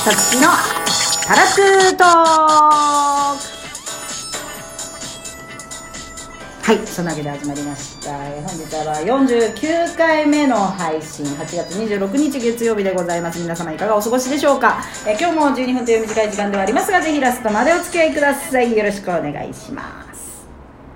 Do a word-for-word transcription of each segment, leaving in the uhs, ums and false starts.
さつきのパラクートーク。はい、そんなわけで始まりました。本日はよんじゅうきゅうかいめの配信、はちがつにじゅうろくにち月曜日でございます。皆様いかがお過ごしでしょうか。え今日もじゅうにふんという短い時間ではありますが、ぜひラストまでお付き合いください。よろしくお願いします。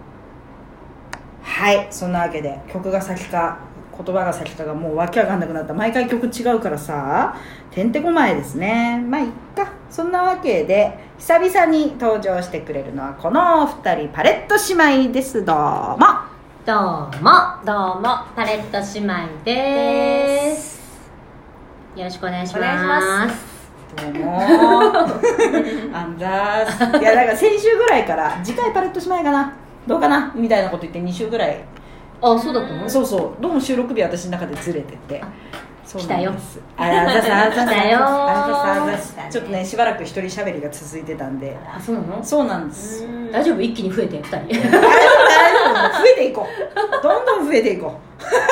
はい、そんなわけで曲が先か言葉が先かがもうわけわかんなくなった。毎回曲違うからさ、てんてこまいですね。まあいっか。そんなわけで久々に登場してくれるのはこのお二人、パレット姉妹です。どうもどうもどうもパレット姉妹です。よろしくお願いします。 どうもアンダース。いやだから先週ぐらいから次回パレット姉妹かなどうかなみたいなこと言ってに週ぐらい。 あ、そうだったの？ そうそう、どうも収録日私の中でずれてて、 来たよ。 あらざさあざさ来たよ。 あざさちょっとねしばらく一人喋りが続いてたんで。 あ、そうなの？ そうなんです。 大丈夫？一気に増えてふたり。 大丈夫大丈夫。増えていこう。どんどん増えていこう。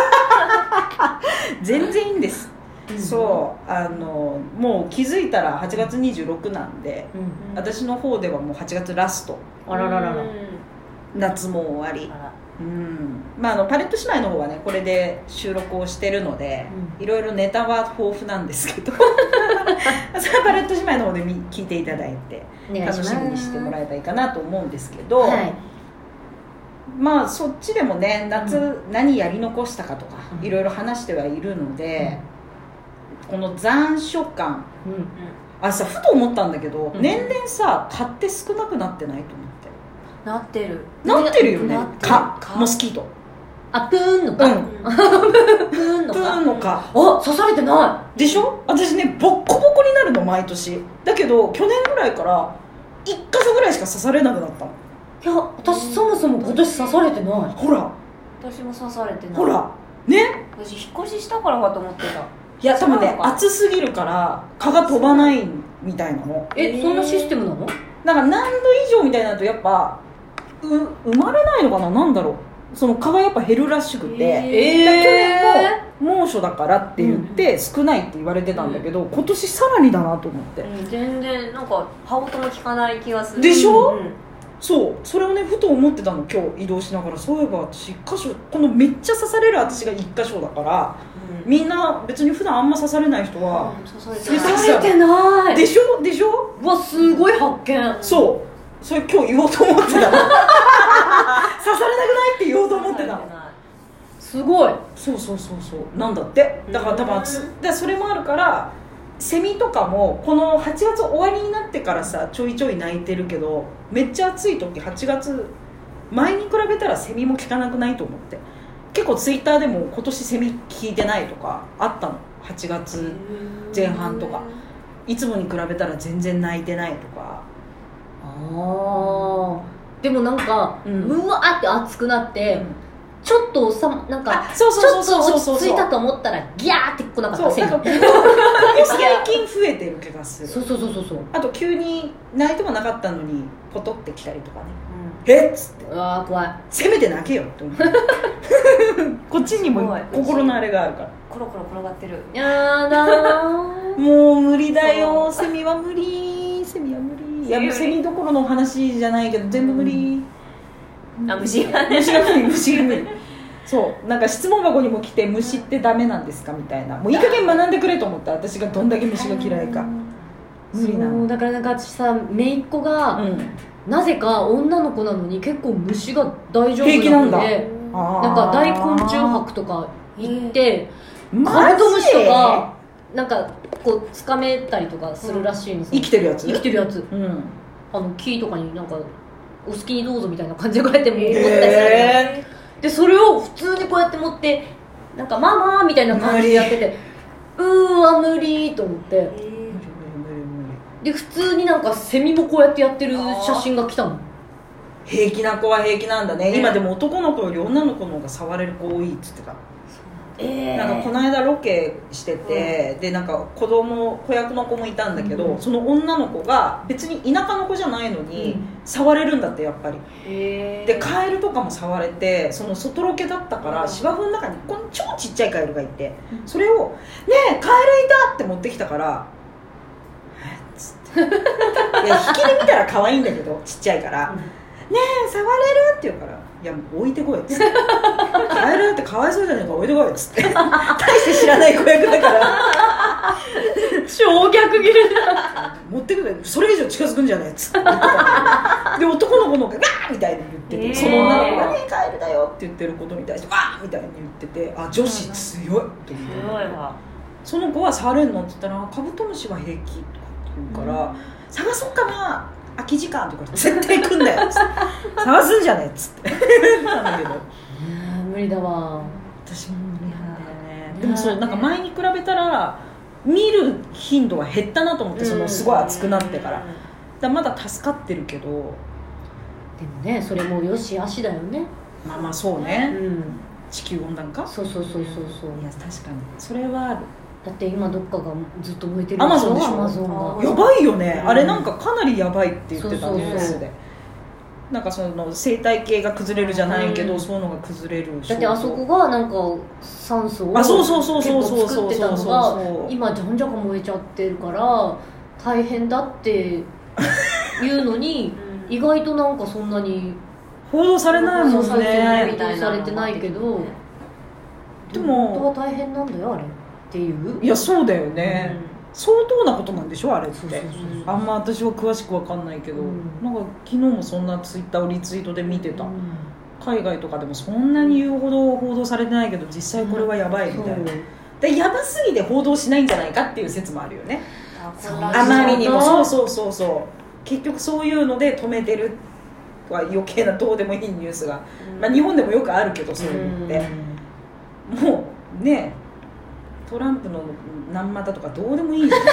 全然いいんです。うん、そうあのもう気づいたらはちがつにじゅうろくなんで、うん、私の方ではもうはちがつラスト。 あらららら。 夏も終わり。うんまあ、あのパレット姉妹の方はねこれで収録をしてるので、うん、いろいろネタは豊富なんですけどそれはパレット姉妹の方で聞いていただいて楽しみにしてもらえばいいかなと思うんですけど、はい、まあそっちでもね夏、うん、何やり残したかとか、うん、いろいろ話してはいるので、うん、この残暑感、うん、あさふと思ったんだけど、うん、年々さ蚊って少なくなってないと思って。 なってるなってるよね。蚊モスキート。 あ、プーンの蚊、うん、プーンの蚊。 プーンの蚊。 あ、刺されてないでしょ。私ねボッコボコになるの毎年だけど去年ぐらいからいっか所ぐらいしか刺されなくなったの。 いや私そもそも今年刺されてない。 ほら私も刺されてない。 ほらね、 私引っ越ししたからかと思ってた。 いや多分ね暑すぎるから蚊が飛ばないみたいなの。 え、そんなシステムなの？ なんか何度以上みたいになるとやっぱう生まれないのかな、なんだろう、その蚊がやっぱ減るらしくて、えー、去年も猛暑だからって言って少ないって言われてたんだけど、うん、今年さらにだなと思って、 うん、全然なんか羽音も効かない気がするでしょ、 うんうん、 そうそれをねふと思ってたの今日移動しながら。そういえば私いっか所このめっちゃ刺される私がいっか所だから、うん、みんな別に普段あんま刺されない人は、 うん、刺されてない、刺されてないでしょでしょ。 うわすごい発見。 そうそれ今日言おうと思ってた刺されなくないって言おうと思ってた。 すごい。 そうそうそうそうなんだって。だから多分でそれもあるからセミとかもこのはちがつ終わりになってからさちょいちょい鳴いてるけど、めっちゃ暑い時はちがつ前に比べたらセミも聞かなくないと思って。結構ツイッターでも今年セミ聞いてないとかあったの。はちがつぜん半とかいつもに比べたら全然鳴いてないとか。 あでもなんか、うん、うわーって熱くなって、うん、ちょっとさなんかちょっと落ち着いたと思ったらギャーって来なかった。 そうなんか最近増えてる気がする。 そうそうそうそうそう。 あと急に泣いてもなかったのにポトってきたりとかね、うん、えっつってうわー怖い。 せめて泣けよって思うこっちにも心のあれがあるからコロコロ転がってる。 やだーもう無理だよセミは無理セミは無理。いやもうセミどころの話じゃないけど全部無理、 うん、あ虫が虫が無理虫が無理そうなんか質問箱にも来て虫ってダメなんですかみたいな。もういい加減学んでくれと思った私がどんだけ虫が嫌いか。無理なの。 だからなんか私さ姪っ子が、うん、なぜか女の子なのに結構虫が大丈夫なので平気なんだ。 なんか大昆虫博とか行ってカブトムシとかなんかこう掴めたりとかするらしいんです、 うん、生きてるやつ生きてるやつ、うん、あの木とかになんかお好きにどうぞみたいな感じでこうやって持ったりする、えー、でそれを普通にこうやって持ってなんかママみたいな感じでやっててうーわ無理と思って、えー、で普通になんかセミもこうやってやってる写真が来たの。 平気な子は平気なんだね、えー、今でも男の子より女の子の方が触れる子多いっつってた。えー、なんかこの間ロケしてて、うん、でなんか子供子役の子もいたんだけど、うん、その女の子が別に田舎の子じゃないのに、うん、触れるんだってやっぱり、えー、でカエルとかも触れて、その外ロケだったから、うん、芝生の中にこの超ちっちゃいカエルがいて、うん、それをねえカエルいたって持ってきたからえいや引きで見たら可愛いんだけどちっちゃいから「ねえ触れる?」って言うから「いやもう置いてこい」っつって「カエルってかわいそうじゃねえか置いてこい」っつって大して知らない子役だから超逆切れだ持ってくるそれ以上近づくんじゃないっつって言ってたで男の子の方が「わー!」みたいに言ってて、えー、その女の子が「ねえカエルだよ」って言ってることに対して「わー!」みたいに言っててあ女子強いと思って、 すごいわその子は触れんのって言ったら「カブトムシは平気」とかって言うから、うん、探そうかな空き時間とか絶対来んだよっつって探すんじゃねえっつってなんだけど無理だわ私も無理なんだよねでもそうなんか前に比べたら見る頻度は減ったなと思って、そのすごい暑くなってから、だからまだ助かってるけどでもねそれもよしあしだよねまあまあそうね、 うん、 地球温暖化そうそうそうそうそういや確かにそれはあるだって今どっかがずっと燃えてるアマゾンでしょアマゾンがやばいよね、うん、あれなんかかなりやばいって言ってたニニュースでなんかその生態系が崩れるじゃないけど、うん、そういうのが崩れるだってあそこがなんか酸素を結構作ってたのが今じゃんじゃか燃えちゃってるから大変だっていうのに意外となんかそんなに報道されないもんね報道されてないけどでも本当は大変なんだよあれっていういやそうだよね、うん相当なことなんでしょあれってそうそうそうそうあんま私は詳しく分かんないけど、うん、なんか昨日もそんなツイッターをリツイートで見てた、うん、海外とかでもそんなに言うほど報道されてないけど実際これはやばいみたいな、うん、でやばすぎて報道しないんじゃないかっていう説もあるよねあまりにもそうそうそうそう結局そういうので止めてるは余計などうでもいいニュースが、うんまあ、日本でもよくあるけどそういうのって、うん、もうねトランプの何股とかどうでもいいどうでもいい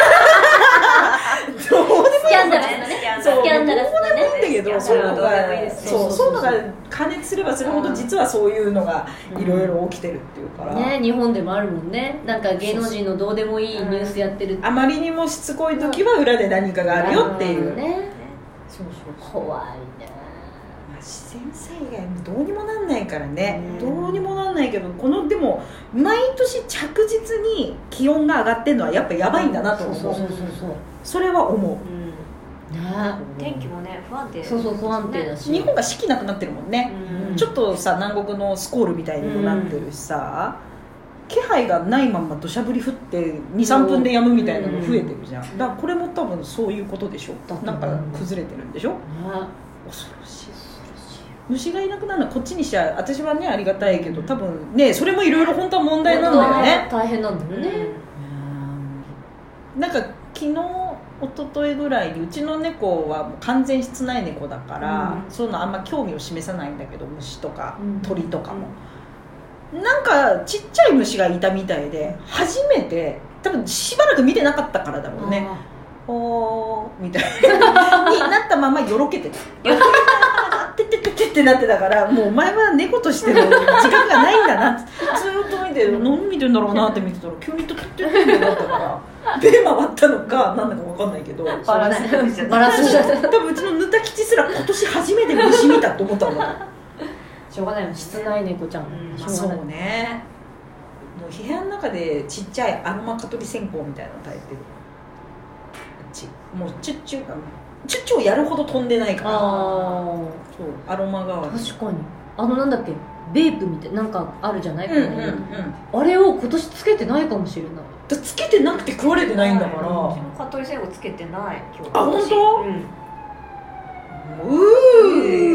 スキャンダラスなねそうスキャンダラスなねどうでもいいんだけどそういうのがそうそういうのが加熱すればするほど実はそういうのがいろいろ起きてるっていうから、 うん、ね日本でもあるもんねなんか芸能人のどうでもいいニュースやってるあまりにもしつこい時は裏で何かがあるよっていうねそうそう怖いね自然災害もどうにもなんないからね、どうにもなんないけどこのでも毎年着実に気温が上がってるのはやっぱやばいんだなと思う、そうそうそうそうそれは思う、 うんね、天気もね不安定、 そうそう不安定だし日本が四季なくなってるもんね、うん、ちょっとさ南国のスコールみたいにもなってるしさ、うん、気配がないまま土砂降り降って にさんぷんで止むみたいなの増えてるじゃん、うん、だからこれも多分そういうことでしょ、なんか崩れてるんでしょ、うん、恐ろしい虫がいなくなるのはこっちにしちゃ私はねありがたいけど多分ねそれもいろいろ本当は問題なんだよね大変なんだよね、 うん、なんか昨日一昨日ぐらいにうちの猫はもう完全室内猫だから、うん、そういうのあんま興味を示さないんだけど虫とか鳥とかも、うん、なんかちっちゃい虫がいたみたいで初めて多分しばらく見てなかったからだろうねおーみたいなになったままよろけてたてってってってってなってたからもうお前は猫としての時間がないんだなってずっと見て何見てんだろうなって見てたら急にトゥトゥトゥってなったから目回ったのか何だか分かんないけどバランスバランスじゃ多分うちのぬた吉すら今年初めて虫見たと思ったんだしょうがないよ室内猫ちゃん、うんまあ、そうねもう部屋の中でちっちゃいアロマ蚊取り線香みたいなの耐えてるもうチュッチュチュッチュをやるほど飛んでないからあそうアロマ代わり確かにあのなんだっけベープみたいなんかあるじゃない、 うんうんうん、 あれを今年つけてないかもしれないだつけてなくて食われてないんだから、 うちも蚊取り線香つけてない今日あ本当？うんうー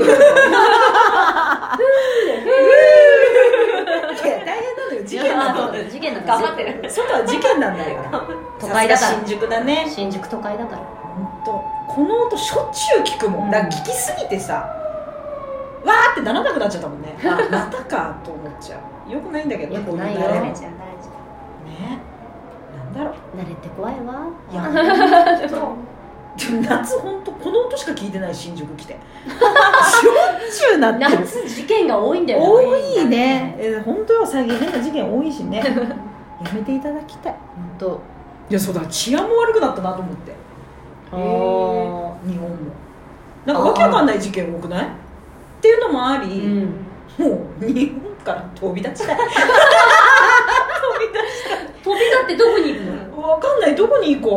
大変なのよ事件なんだよ事件なんだ頑張ってる外は事件なんだよ都会だから新宿だね新宿都会だから本当この音しょっちゅう聞くもん、うん、だから聞きすぎてさわーってならなくなっちゃったもんねあまたかと思っちゃうよくないんだけどよくないよ慣れちゃう慣れちゃうねなんだろう慣れて怖いわいやでも夏本当この音しか聞いてない新宿来てしょっちゅうなってる夏事件が多いんだよね多いねえ本当よ最近変な事件多いしねやめていただきたい本当いやそうだ治安も悪くなったなと思ってあ日本もなんかわけわかんない事件多くないっていうのもあり、うん、もう日本から飛び立ちたい飛び出した飛び立ってどこに行くのわかんないどこに行こう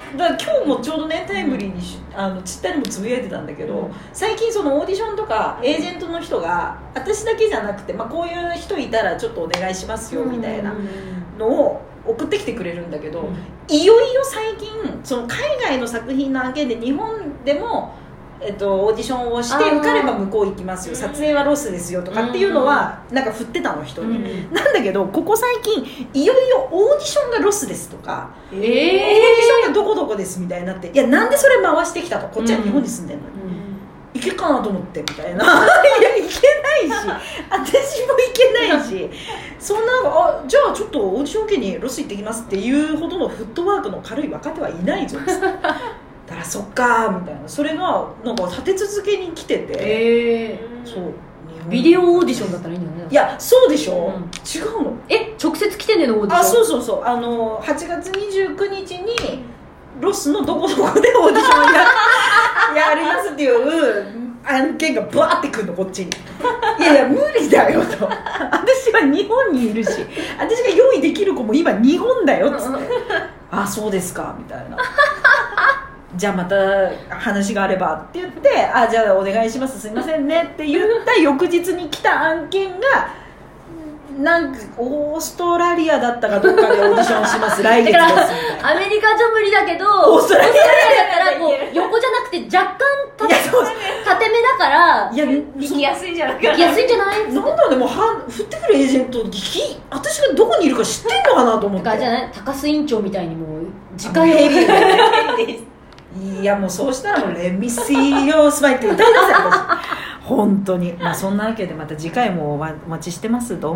だから今日もちょうどねタイムリーにし、うん、あのツイッターにもつぶやいてたんだけど、うん、最近そのオーディションとかエージェントの人が私だけじゃなくて、まあ、こういう人いたらちょっとお願いしますよみたいなのを送ってきてくれるんだけど、うん、いよいよ最近その海外の作品の案件で日本でもえっと、オーディションをして受かれば向こう行きますよ、撮影はロスですよとかっていうのはなんか振ってたの人に、うん、なんだけどここ最近いよいよオーディションがロスですとか、えー、オーディションがどこどこですみたいになって、いやなんでそれ回してきたと、こっちは日本に住んでるのに、うん、行けっかなと思ってみたいないや行けないし私も行けないしそんなあじゃあちょっとオーディション受けにロス行ってきますっていうほどのフットワークの軽い若手はいないぞですだからそっかーみたいな、それがなんか立て続けに来てて、えー、そうビデオオーディションだったらいいんだよね。 いやそうでしょ、うん、違うの。 え直接来てねのオーディション。 あそうそうそう、あのはちがつにじゅうくにちにロスのどこどこでオーディションややりますっていう案件がバーってくるのこっちにいやいや無理だよと私は日本にいるし私が用意できる子も今日本だよっつってあそうですかみたいなじゃあまた話があればって言ってあじゃあお願いしますすいませんねって言った翌日に来た案件がなんかオーストラリアだったかどっかでオーディションします来月ですみたいな。 アメリカじゃ無理だけどオーストラリアだったらこう横じゃなくて若干縦めだからいや行きやすいんじゃないかな。 行きやすいんじゃない？ なんだでもは降ってくるエージェント私がどこにいるか知ってんのかなと思って。 じゃない高須院長みたいにもう時間ヘビーですいやもうそうしたらもうレミシーヨースマイって歌いなさい私本当に、まあ、そんなわけでまた次回もお待ちしてます。どうも。